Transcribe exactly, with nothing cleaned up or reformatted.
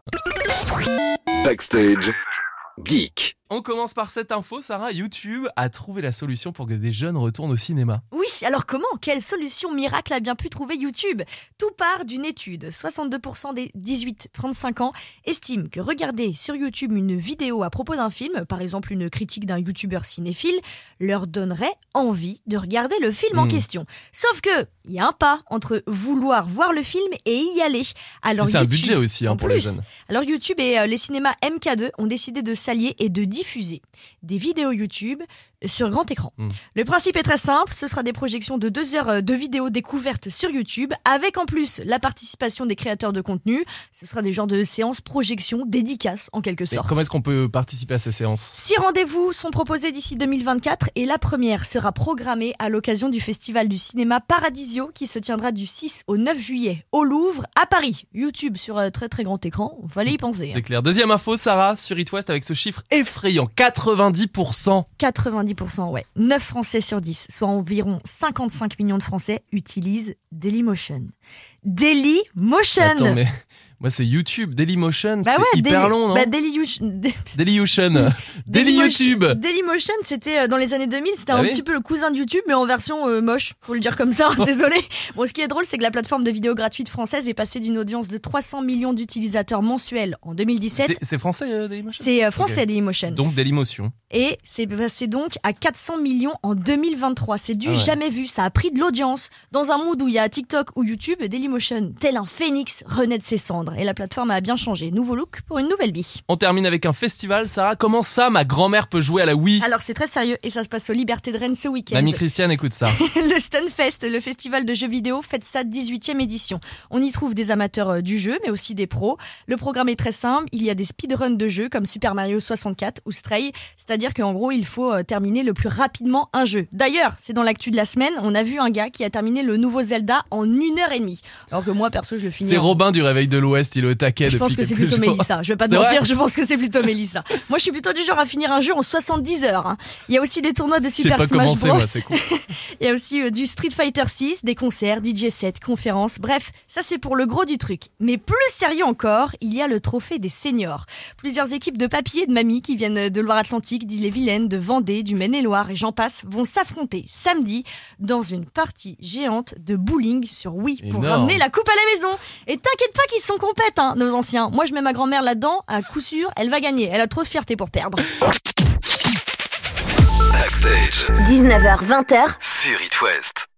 Backstage Geek. On commence par cette info, Sarah. YouTube a trouvé la solution pour que des jeunes retournent au cinéma. Oui, alors comment ? Quelle solution miracle a bien pu trouver YouTube ? Tout part d'une étude. soixante-deux pour cent des dix-huit trente-cinq ans estiment que regarder sur YouTube une vidéo à propos d'un film, par exemple une critique d'un youtubeur cinéphile, leur donnerait envie de regarder le film mmh. en question. Sauf que, il y a un pas entre vouloir voir le film et y aller. Alors, c'est YouTube, un budget aussi hein, pour plus, les jeunes. Alors YouTube et euh, les cinémas M K deux ont décidé de s'allier et de diffuser des vidéos YouTube sur grand écran. Mmh. Le principe est très simple, ce sera des projections de deux heures de vidéos découvertes sur YouTube, avec en plus la participation des créateurs de contenu. Ce sera des genres de séances projection dédicaces en quelque sorte. Et comment est-ce qu'on peut participer à ces séances ? Six rendez-vous sont proposés d'ici deux mille vingt-quatre et la première sera programmée à l'occasion du festival du cinéma Paradisio qui se tiendra du six au neuf juillet au Louvre à Paris. YouTube sur un très très grand écran, il fallait y penser. C'est hein. clair. Deuxième info, Sarah, sur It West avec ce chiffre effrayant, quatre-vingt-dix pour cent. quatre-vingt-dix pour cent, ouais. neuf Français sur dix, soit environ cinquante-cinq millions de Français, utilisent Dailymotion. Dailymotion. Attends, mais moi c'est YouTube, Dailymotion, bah c'est ouais, hyper Daily, long, non bah Dailymotion. Dailymotion. Daily YouTube. Dailymotion, c'était euh, dans les années deux mille, c'était ah un oui petit peu le cousin de YouTube, mais en version euh, moche, faut le dire comme ça, désolé. Bon, ce qui est drôle, c'est que la plateforme de vidéos gratuite française est passée d'une audience de trois cents millions d'utilisateurs mensuels en deux mille dix-sept. C'est, c'est français euh, Dailymotion ? C'est euh, français okay. Dailymotion. Donc Dailymotion. Et c'est passé donc à quatre cents millions en deux mille vingt-trois. C'est du ah ouais. jamais vu. Ça a pris de l'audience. Dans un monde où il y a TikTok ou YouTube, Dailymotion, tel un phénix, renaît de ses cendres. Et la plateforme a bien changé. Nouveau look pour une nouvelle vie. On termine avec un festival. Sarah, comment ça, ma grand-mère peut jouer à la Wii ? Alors c'est très sérieux et ça se passe aux Libertés de Rennes ce week-end. Mamie Christiane, écoute ça. Le Stunfest, le festival de jeux vidéo, fête sa dix-huitième édition. On y trouve des amateurs du jeu, mais aussi des pros. Le programme est très simple. Il y a des speedruns de jeux comme Super Mario soixante-quatre ou Stray. C'est-à-dire qu'en gros, il faut terminer le plus rapidement un jeu. D'ailleurs, c'est dans l'actu de la semaine, on a vu un gars qui a terminé le nouveau Zelda en une heure et demie. Alors que moi, perso, je le finis. C'est en... Robin du Réveil de l'Ouest, il est au taquet je depuis pense que c'est plutôt jours. Mélissa. Je vais pas te c'est mentir, vrai je pense que c'est plutôt Mélissa. Moi, je suis plutôt du genre à finir un jeu en soixante-dix heures. Hein. Il y a aussi des tournois de Super Smash commencé, Bros. Moi, c'est cool. Il y a aussi euh, du Street Fighter six, des concerts, D J sets, conférences. Bref, ça c'est pour le gros du truc. Mais plus sérieux encore, il y a le trophée des seniors. Plusieurs équipes de papy et de mamie qui viennent de Loire-Atlantique, d'Ille-et-Vilaine, de Vendée, du Maine-et-Loire et j'en passe vont s'affronter samedi dans une partie géante de bowling sur Wii pour Énorme. ramener la coupe à la maison. Et t'inquiète pas qu'ils sont compètes, hein, nos anciens. Moi je mets ma grand-mère là-dedans, à coup sûr, elle va gagner. Elle a trop de fierté pour perdre. Backstage dix-neuf heures vingt sur It West.